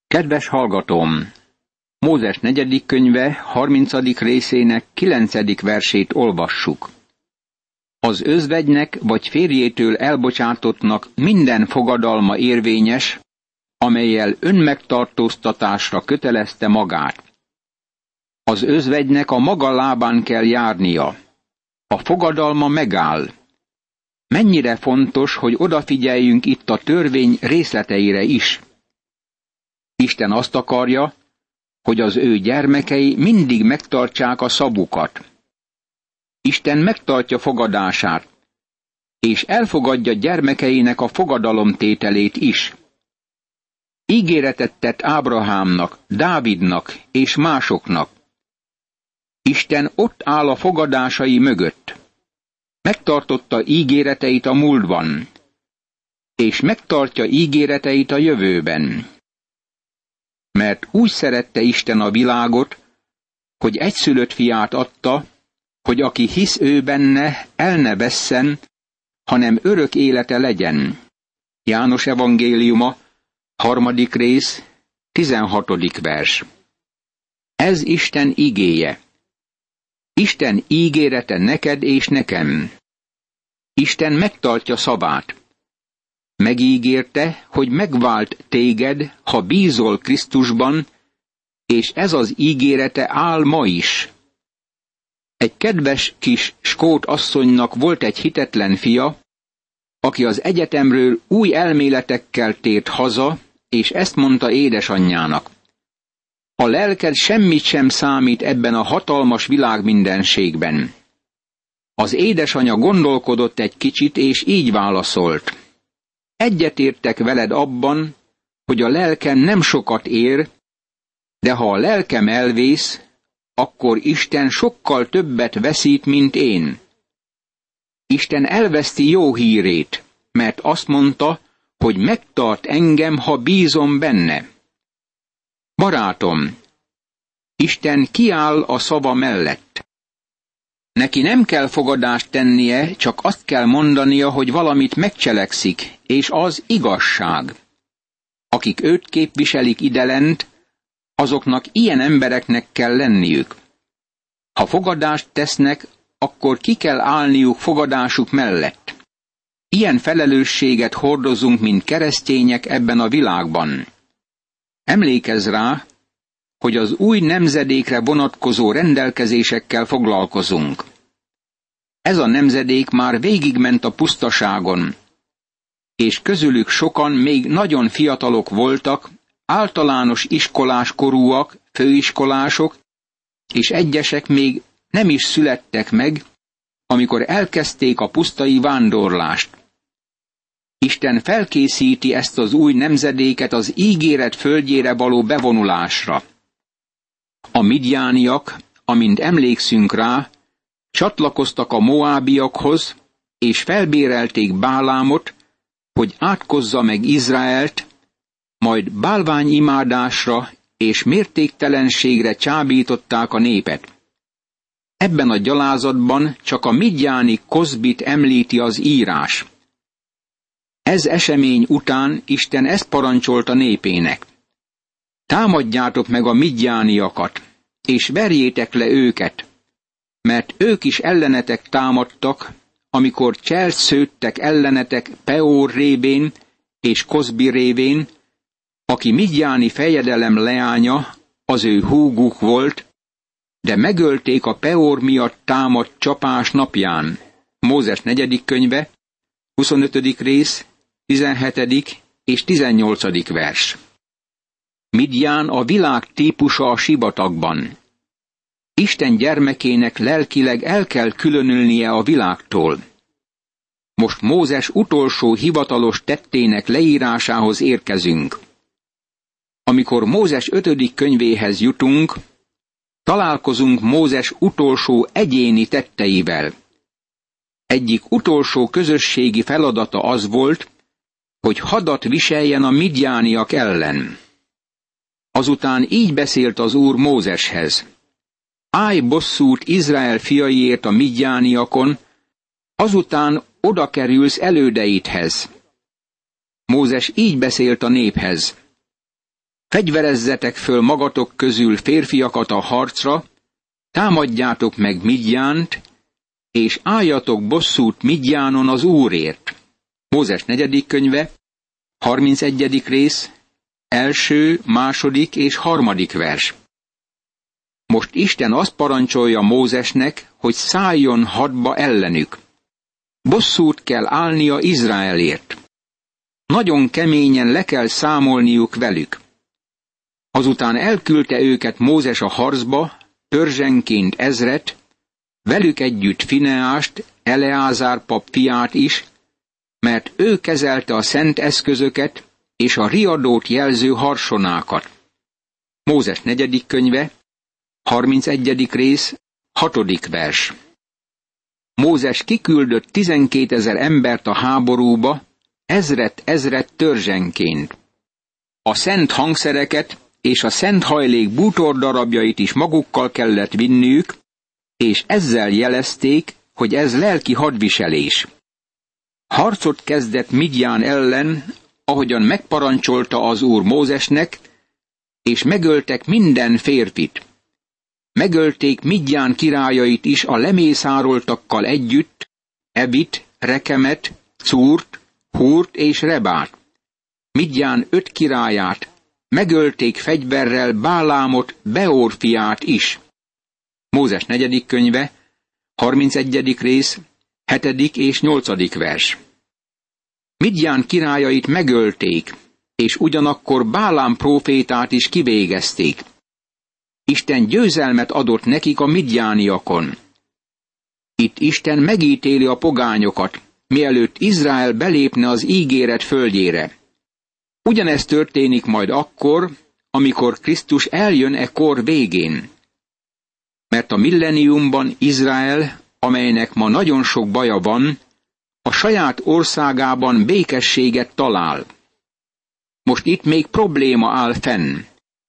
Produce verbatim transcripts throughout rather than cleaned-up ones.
Kedves hallgatóm! Mózes negyedik könyve harmincadik részének kilencedik versét olvassuk. Az özvegynek vagy férjétől elbocsátottnak minden fogadalma érvényes, amellyel önmegtartóztatásra kötelezte magát. Az özvegynek a maga lábán kell járnia. A fogadalma megáll. Mennyire fontos, hogy odafigyeljünk itt a törvény részleteire is. Isten azt akarja, hogy az ő gyermekei mindig megtartsák a szavukat. Isten megtartja fogadását, és elfogadja gyermekeinek a fogadalomtételét is. Ígéretet tett Ábrahámnak, Dávidnak és másoknak. Isten ott áll a fogadásai mögött. Megtartotta ígéreteit a múltban, és megtartja ígéreteit a jövőben. Mert úgy szerette Isten a világot, hogy egyszülött fiát adta, hogy aki hisz ő benne, el ne vesszen, hanem örök élete legyen. János evangéliuma, harmadik rész, tizenhatodik vers. Ez Isten igéje. Isten ígérete neked és nekem. Isten megtartja szavát. Megígérte, hogy megvált téged, ha bízol Krisztusban, és ez az ígérete áll ma is. Egy kedves kis skót asszonynak volt egy hitetlen fia, aki az egyetemről új elméletekkel tért haza, és ezt mondta édesanyjának. A lelked semmit sem számít ebben a hatalmas világmindenségben. Az édesanya gondolkodott egy kicsit, és így válaszolt. Egyetértek veled abban, hogy a lelkem nem sokat ér, de ha a lelkem elvész, akkor Isten sokkal többet veszít, mint én. Isten elveszti jó hírét, mert azt mondta, hogy megtart engem, ha bízom benne. Barátom, Isten kiáll a szava mellett. Neki nem kell fogadást tennie, csak azt kell mondania, hogy valamit megcselekszik, és az igazság. Akik őt képviselik idelent, azoknak ilyen embereknek kell lenniük. Ha fogadást tesznek, akkor ki kell állniuk fogadásuk mellett. Ilyen felelősséget hordozunk, mint keresztények ebben a világban. Emlékezz rá, hogy az új nemzedékre vonatkozó rendelkezésekkel foglalkozunk. Ez a nemzedék már végigment a pusztaságon, és közülük sokan még nagyon fiatalok voltak, általános iskolás korúak, főiskolások, és egyesek még nem is születtek meg, amikor elkezdték a pusztai vándorlást. Isten felkészíti ezt az új nemzedéket az ígéret földjére való bevonulásra. A midjániak, amint emlékszünk rá, csatlakoztak a moábiakhoz, és felbérelték Bálámot, hogy átkozza meg Izraelt, majd bálványimádásra és mértéktelenségre csábították a népet. Ebben a gyalázatban csak a midjáni Kozbit említi az írás. Ez esemény után Isten ezt parancsolta népének. Támadjátok meg a midjániakat, és verjétek le őket, mert ők is ellenetek támadtak, amikor cselt szőttek ellenetek Peor révén és Kozbi révén, aki midjáni fejedelem leánya, az ő húguk volt, de megölték a Peor miatt támadt csapás napján. Mózes negyedik könyve, huszonötödik rész, tizenhetedik és tizennyolcadik vers. Midján a világ típusa a sivatagban. Isten gyermekének lelkileg el kell különülnie a világtól. Most Mózes utolsó hivatalos tettének leírásához érkezünk. Amikor Mózes ötödik könyvéhez jutunk, találkozunk Mózes utolsó egyéni tetteivel. Egyik utolsó közösségi feladata az volt, hogy hadat viseljen a midjániak ellen. Azután így beszélt az Úr Mózeshez. Állj bosszút Izrael fiaiért a midjániakon, azután oda kerülsz elődeidhez. Mózes így beszélt a néphez. fegyverezzetek föl magatok közül férfiakat a harcra, támadjátok meg Midjánt, és álljatok bosszút Midjánon az Úrért. Mózes negyedik könyve, harmincegyedik rész, első, második és harmadik vers. Most Isten azt parancsolja Mózesnek, hogy szálljon hadba ellenük. Bosszút kell állnia Izraelért. Nagyon keményen le kell számolniuk velük. Azután elküldte őket Mózes a harcba, törzsenként ezret, velük együtt Fineást, Eleázár pap fiát is, mert ő kezelte a szent eszközöket és a riadót jelző harsonákat. Mózes negyedik könyve, harmincegyedik rész, hatodik vers. Mózes kiküldött tizenkétezer embert a háborúba, ezret-ezret törzsenként. A szent hangszereket és a szent hajlék bútordarabjait is magukkal kellett vinniük, és ezzel jelezték, hogy ez lelki hadviselés. Harcot kezdett Midján ellen, ahogyan megparancsolta az Úr Mózesnek, és megöltek minden férfit. Megölték Midján királyait is a lemészároltakkal együtt, Evit, Rekemet, Cúrt, Húrt és Rebát. Midján öt királyát, megölték fegyverrel Bálámot, Beor fiát is. Mózes negyedik könyve, harmincegyedik rész, hetedik és nyolcadik vers. Midján királyait megölték, és ugyanakkor Bálám prófétát is kivégezték. Isten győzelmet adott nekik a midjániakon. Itt Isten megítéli a pogányokat, mielőtt Izrael belépne az ígéret földjére. Ugyanez történik majd akkor, amikor Krisztus eljön e kor végén. Mert a milleniumban Izrael, amelynek ma nagyon sok baja van, a saját országában békességet talál. Most itt még probléma áll fenn.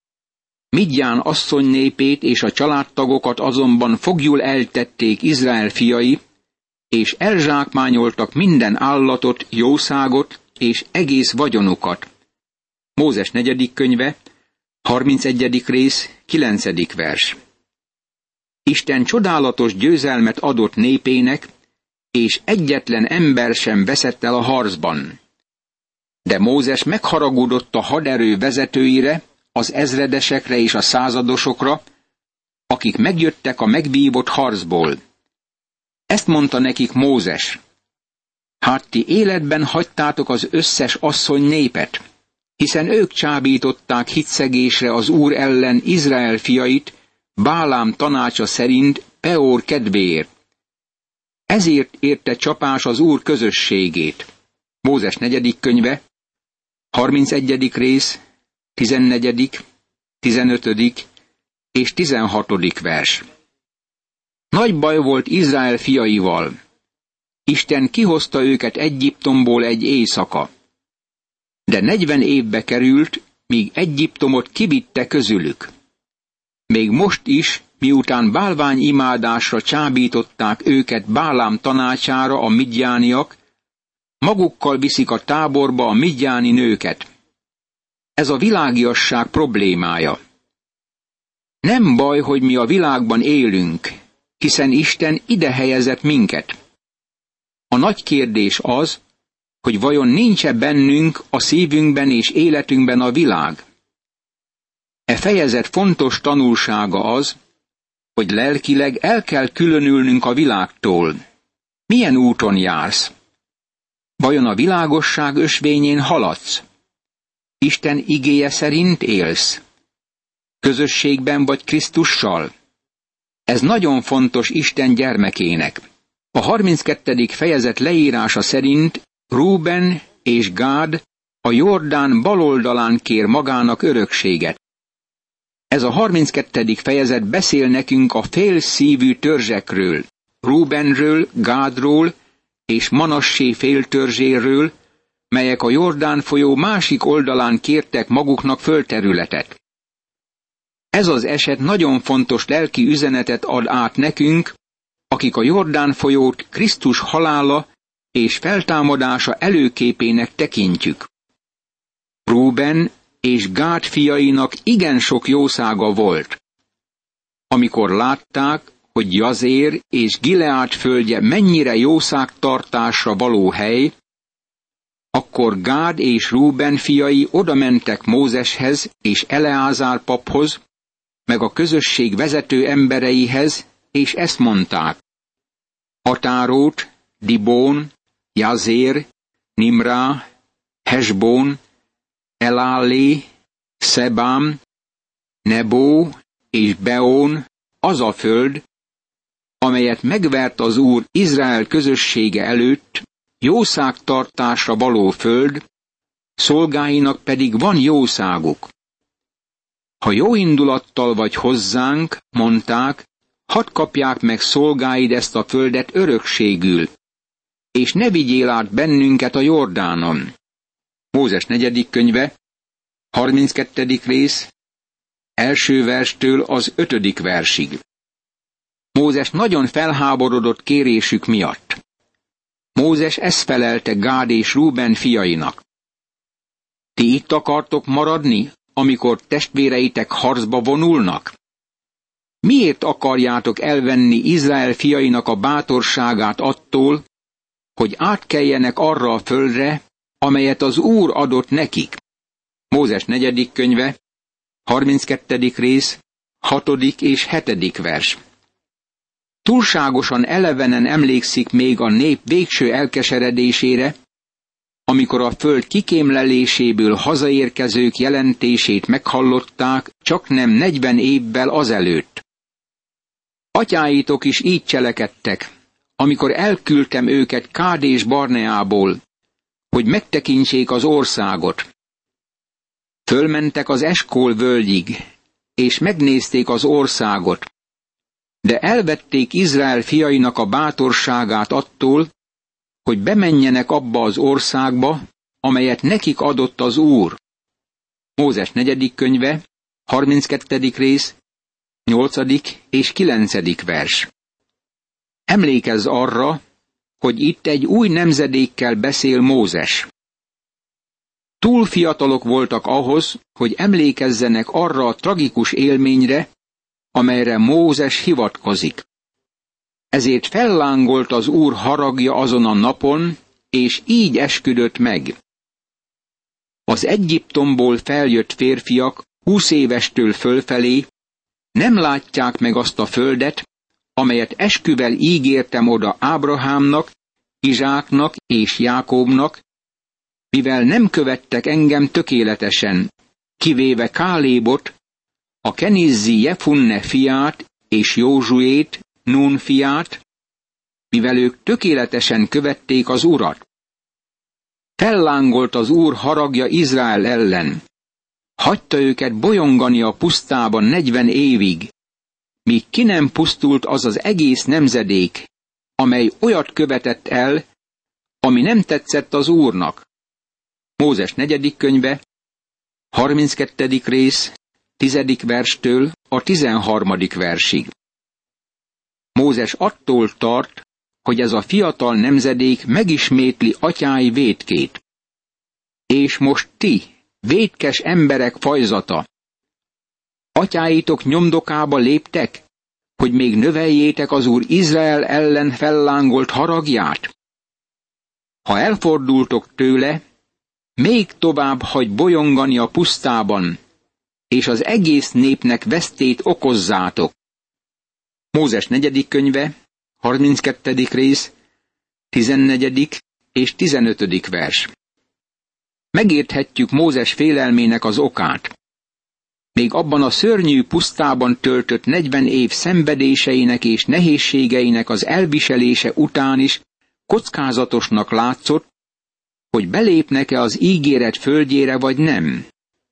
Midján asszony népét és a családtagokat azonban foglyul eltették Izrael fiai, és elzsákmányoltak minden állatot, jószágot és egész vagyonukat. Mózes negyedik könyve, harmincegyedik rész, kilencedik vers. Isten csodálatos győzelmet adott népének, és egyetlen ember sem veszett el a harcban. De Mózes megharagudott a haderő vezetőire, az ezredesekre és a századosokra, akik megjöttek a megvívott harcból. Ezt mondta nekik Mózes: hát ti életben hagytátok az összes asszony népet, hiszen ők csábították hitszegésre az Úr ellen Izrael fiait, Bálám tanácsa szerint Peor kedvéért. Ezért érte csapás az Úr közösségét. Mózes negyedik könyve, harmincegyedik rész, tizennegyedik, tizenötödik és tizenhatodik vers. Nagy baj volt Izrael fiaival. Isten kihozta őket Egyiptomból egy éjszaka. De negyven évbe került, míg Egyiptomot kivitte közülük. Még most is, miután bálványimádásra csábították őket Bálám tanácsára a midjániak, magukkal viszik a táborba a midjáni nőket. Ez a világiasság problémája. Nem baj, hogy mi a világban élünk, hiszen Isten ide helyezett minket. A nagy kérdés az, hogy vajon nincs-e bennünk, a szívünkben és életünkben a világ. E fejezet fontos tanulsága az, hogy lelkileg el kell különülnünk a világtól. Milyen úton jársz? Vajon a világosság ösvényén haladsz? Isten igéje szerint élsz? Közösségben vagy Krisztussal? Ez nagyon fontos Isten gyermekének. A harminckettedik fejezet leírása szerint Rúben és Gád a Jordán baloldalán kér magának örökséget. Ez a harminckettedik fejezet beszél nekünk a félszívű törzsekről, Rúbenről, Gádról és Manassé féltörzséről, melyek a Jordán folyó másik oldalán kértek maguknak földterületet. Ez az eset nagyon fontos lelki üzenetet ad át nekünk, akik a Jordán folyót Krisztus halála és feltámadása előképének tekintjük. Rúben és Gád fiainak igen sok jószága volt. Amikor látták, hogy Jazér és Gileád földje mennyire jószágtartásra való hely, akkor Gád és Rúben fiai odamentek Mózeshez és Eleázár paphoz, meg a közösség vezető embereihez, és ezt mondták: Atárót, Dibón, Jazér, Nimrá, Hesbón, Elálé, Szebám, Nebó és Beón az a föld, amelyet megvert az Úr Izrael közössége előtt, jószágtartásra való föld, szolgáinak pedig van jószáguk. Ha jó indulattal vagy hozzánk, mondták, hadd kapják meg szolgáid ezt a földet örökségül, és ne vigyél át bennünket a Jordánon. Mózes negyedik könyve, harminckettedik rész, első verstől az ötödik versig. Mózes nagyon felháborodott kérésük miatt. Mózes ezt felelte Gád és Rúben fiainak: Ti itt akartok maradni, amikor testvéreitek harcba vonulnak? Miért akarjátok elvenni Izrael fiainak a bátorságát attól, hogy átkeljenek arra a földre, amelyet az Úr adott nekik? Mózes negyedik könyve, harminckettedik rész, hatodik és hetedik vers. Túlságosan elevenen emlékszik még a nép végső elkeseredésére, amikor a föld kikémleléséből hazaérkezők jelentését meghallották csaknem negyven évvel azelőtt. Atyáitok is így cselekedtek, amikor elküldtem őket Kádés Barneából, hogy megtekintsék az országot. Fölmentek az Eskól völgyig, és megnézték az országot, de elvették Izrael fiainak a bátorságát attól, hogy bemenjenek abba az országba, amelyet nekik adott az Úr. Mózes negyedik könyve, harminckettedik rész, nyolcadik és kilencedik vers. Emlékezz arra, hogy itt egy új nemzedékkel beszél Mózes. Túl fiatalok voltak ahhoz, hogy emlékezzenek arra a tragikus élményre, amelyre Mózes hivatkozik. Ezért fellángolt az Úr haragja azon a napon, és így esküdött meg: Az Egyiptomból feljött férfiak húsz évestől fölfelé nem látják meg azt a földet, amelyet esküvel ígértem oda Ábrahámnak, Izsáknak és Jákóbnak, mivel nem követtek engem tökéletesen, kivéve Kálébot, a kenizzi Jefunne fiát és Józsuét, Nun fiát, mivel ők tökéletesen követték az Urat. Fellángolt az Úr haragja Izrael ellen. Hagyta őket bolyongani a pusztában negyven évig, míg ki nem pusztult az az egész nemzedék, amely olyat követett el, ami nem tetszett az Úrnak. Mózes negyedik könyve, harminckettedik rész, tizedik verstől a tizenharmadik versig. Mózes attól tart, hogy ez a fiatal nemzedék megismétli atyái vétkét. És most ti, vétkes emberek fajzata, atyáitok nyomdokába léptek, hogy még növeljétek az Úr Izrael ellen fellángolt haragját? Ha elfordultok tőle, még tovább hagy bolyongani a pusztában, és az egész népnek vesztét okozzátok. Mózes negyedik könyve, harminckettedik rész, tizennegyedik és tizenötödik vers. Megérthetjük Mózes félelmének az okát. Még abban a szörnyű pusztában töltött negyven év szenvedéseinek és nehézségeinek az elviselése után is kockázatosnak látszott, hogy belépnek-e az ígéret földjére vagy nem.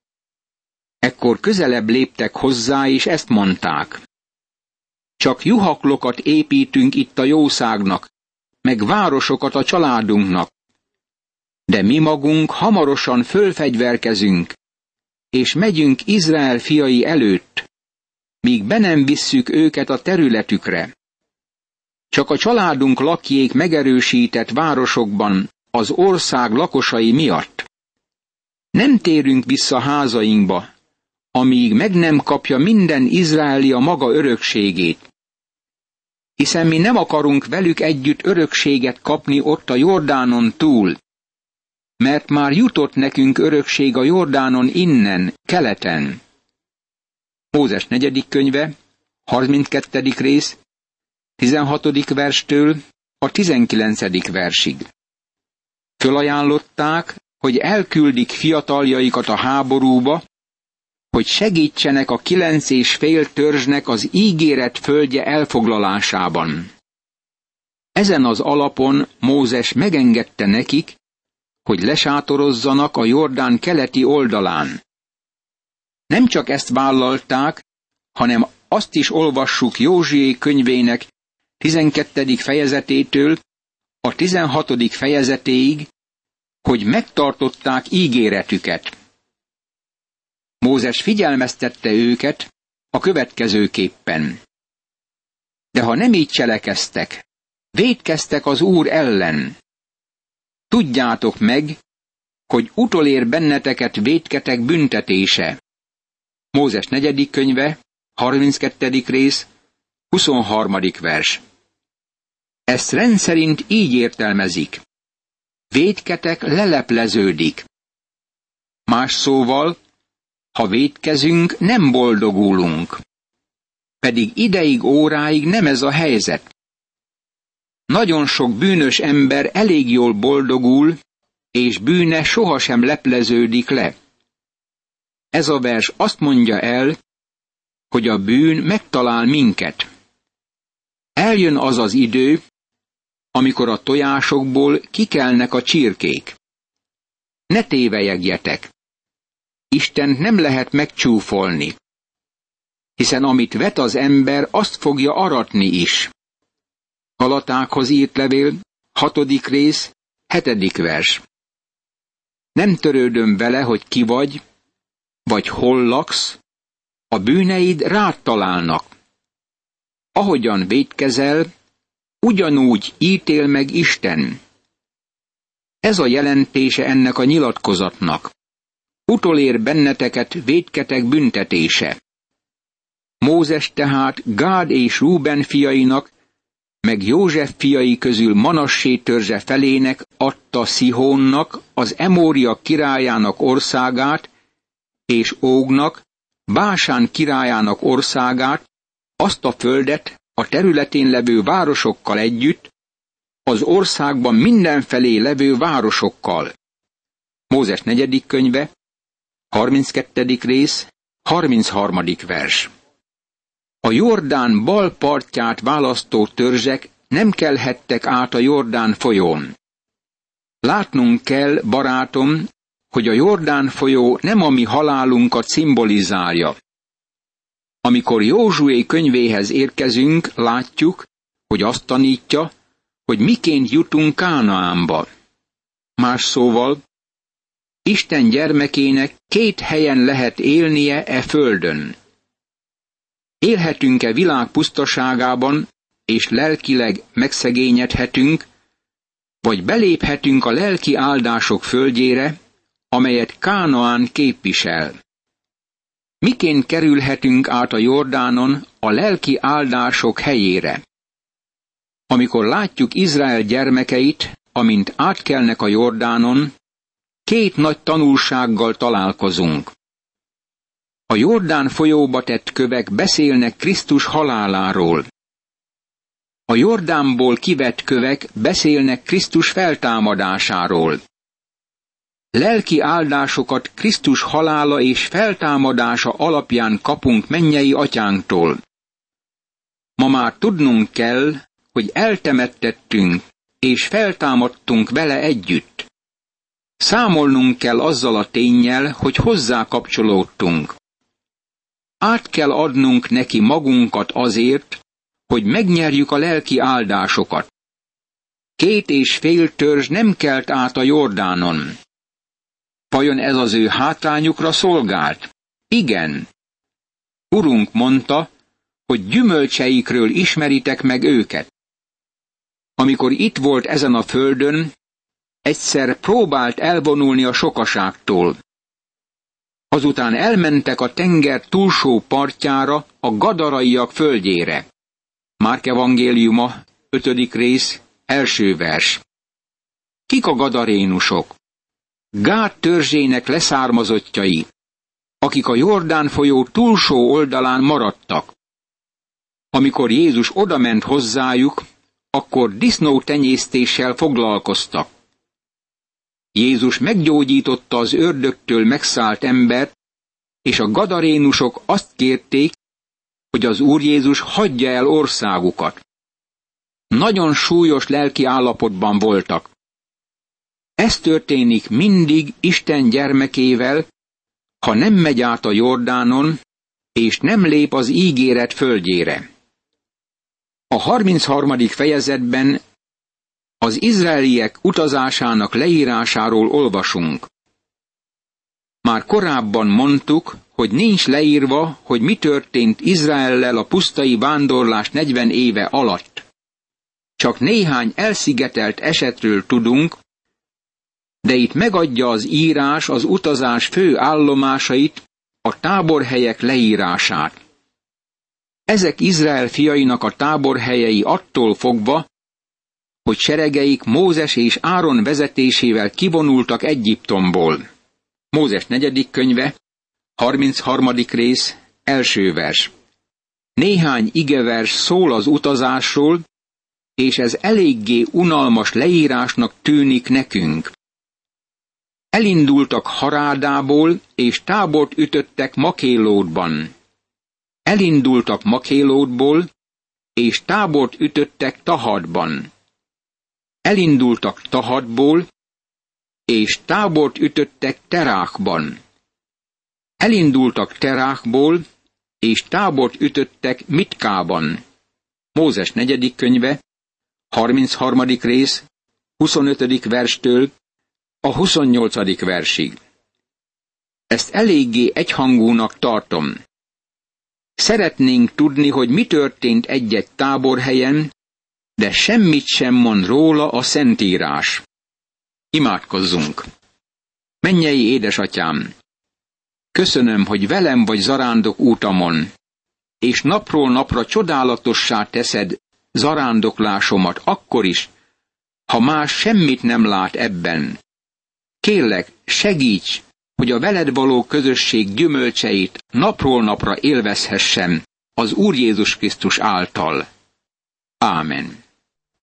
Ekkor közelebb léptek hozzá, és ezt mondták: Csak juhaklokat építünk itt a jószágnak, meg városokat a családunknak, de mi magunk hamarosan fölfegyverkezünk, és megyünk Izrael fiai előtt, míg be nem visszük őket a területükre. Csak a családunk lakjék megerősített városokban az ország lakosai miatt. Nem térünk vissza házainkba, amíg meg nem kapja minden izraeli a maga örökségét. Hiszen mi nem akarunk velük együtt örökséget kapni ott a Jordánon túl, mert már jutott nekünk örökség a Jordánon innen, keleten. Mózes negyedik könyve, harminckettedik rész, tizenhatodik verstől a tizenkilencedik versig. Fölajánlották, hogy elküldik fiataljaikat a háborúba, hogy segítsenek a kilenc és fél törzsnek az ígéret földje elfoglalásában. Ezen az alapon Mózes megengedte nekik, hogy lesátorozzanak a Jordán keleti oldalán. Nem csak ezt vállalták, hanem azt is olvassuk Józsué könyvének tizenkettedik fejezetétől a tizenhatodik fejezetéig, hogy megtartották ígéretüket. Mózes figyelmeztette őket a következőképpen. De ha nem így cselekeztek, vétkeztek az Úr ellen. Tudjátok meg, hogy utolér benneteket vétketek büntetése. Mózes negyedik könyve, harminckettedik rész, huszonharmadik vers. Ezt rendszerint így értelmezik. Vétketek lelepleződik. Más szóval, ha vétkezünk, nem boldogulunk. Pedig ideig, óráig nem ez a helyzet. Nagyon sok bűnös ember elég jól boldogul, és bűne sohasem lepleződik le. Ez a vers azt mondja el, hogy a bűn megtalál minket. Eljön az az idő, amikor a tojásokból kikelnek a csirkék. Ne tévelyegjetek! Istent nem lehet megcsúfolni, hiszen amit vet az ember, azt fogja aratni is. Galatákhoz írt levél, hatodik rész, hetedik vers. Nem törődöm vele, hogy ki vagy, vagy hol laksz, a bűneid rád találnak. Ahogyan vétkezel, ugyanúgy ítél meg Isten. Ez a jelentése ennek a nyilatkozatnak. Utolér benneteket vétketek büntetése. Mózes tehát Gád és Rúben fiainak, meg József fiai közül Manassé törzse felének adta Szihónnak, az Emória királyának országát, és Ógnak, Básán királyának országát, azt a földet a területén levő városokkal együtt, az országban mindenfelé levő városokkal. Mózes negyedik könyve, harminckettedik rész, harmincharmadik vers. A Jordán bal partját választó törzsek nem kelhettek át a Jordán folyón. Látnunk kell, barátom, hogy a Jordán folyó nem a mi halálunkat szimbolizálja. Amikor Józsué könyvéhez érkezünk, látjuk, hogy azt tanítja, hogy miként jutunk Kánaánba. Más szóval, Isten gyermekének két helyen lehet élnie e földön. Élhetünk-e világ pusztaságában, és lelkileg megszegényedhetünk, vagy beléphetünk a lelki áldások földjére, amelyet Kánaán képvisel. Miként kerülhetünk át a Jordánon a lelki áldások helyére? Amikor látjuk Izrael gyermekeit, amint átkelnek a Jordánon, két nagy tanulsággal találkozunk. A Jordán folyóba tett kövek beszélnek Krisztus haláláról. A Jordánból kivett kövek beszélnek Krisztus feltámadásáról. Lelki áldásokat Krisztus halála és feltámadása alapján kapunk mennyei atyánktól. Ma már tudnunk kell, hogy eltemettettünk, és feltámadtunk vele együtt. Számolnunk kell azzal a ténnyel, hogy hozzá kapcsolódtunk. Át kell adnunk neki magunkat azért, hogy megnyerjük a lelki áldásokat. Két és fél törzs nem kelt át a Jordánon. Vajon ez az ő hátrányukra szolgált? Igen. Urunk mondta, hogy gyümölcseikről ismeritek meg őket. Amikor itt volt ezen a földön, egyszer próbált elvonulni a sokaságtól. Azután elmentek a tenger túlsó partjára, a gadaraiak földjére. Márk evangéliuma, ötödik rész, első vers. Kik a gadarénusok? Gád törzsének leszármazottjai, akik a Jordán folyó túlsó oldalán maradtak. Amikor Jézus odament hozzájuk, akkor disznótenyésztéssel foglalkoztak. Jézus meggyógyította az ördögtől megszállt embert, és a gadarénusok azt kérték, hogy az Úr Jézus hagyja el országukat. Nagyon súlyos lelki állapotban voltak. Ez történik mindig Isten gyermekével, ha nem megy át a Jordánon, és nem lép az ígéret földjére. A harmincharmadik fejezetben az izraeliek utazásának leírásáról olvasunk. Már korábban mondtuk, hogy nincs leírva, hogy mi történt Izraellel a pusztai vándorlás negyven éve alatt. Csak néhány elszigetelt esetről tudunk, de itt megadja az írás az utazás fő állomásait, a táborhelyek leírását. Ezek Izrael fiainak a táborhelyei attól fogva, hogy seregeik Mózes és Áron vezetésével kivonultak Egyiptomból. Mózes negyedik könyve, harmincharmadik rész, első vers. Néhány igevers szól az utazásról, és ez eléggé unalmas leírásnak tűnik nekünk. Elindultak Harádából, és tábort ütöttek Makélódban. Elindultak Makélódból, és tábort ütöttek Tahadban. Elindultak Tahadból, és tábort ütöttek Terákban. Elindultak Terákból, és tábort ütöttek Mitkában. Mózes negyedik könyve, harmincharmadik rész, huszonötödik verstől a huszonnyolcadik versig. Ezt eléggé egyhangúnak tartom. Szeretnénk tudni, hogy mi történt egy-egy táborhelyen, de semmit sem mond róla a Szentírás. Imádkozzunk! Mennyei édesatyám! Köszönöm, hogy velem vagy zarándok útamon, és napról napra csodálatossá teszed zarándoklásomat akkor is, ha más semmit nem lát ebben. Kérlek, segíts, hogy a veled való közösség gyümölcseit napról napra élvezhessem az Úr Jézus Krisztus által. Ámen.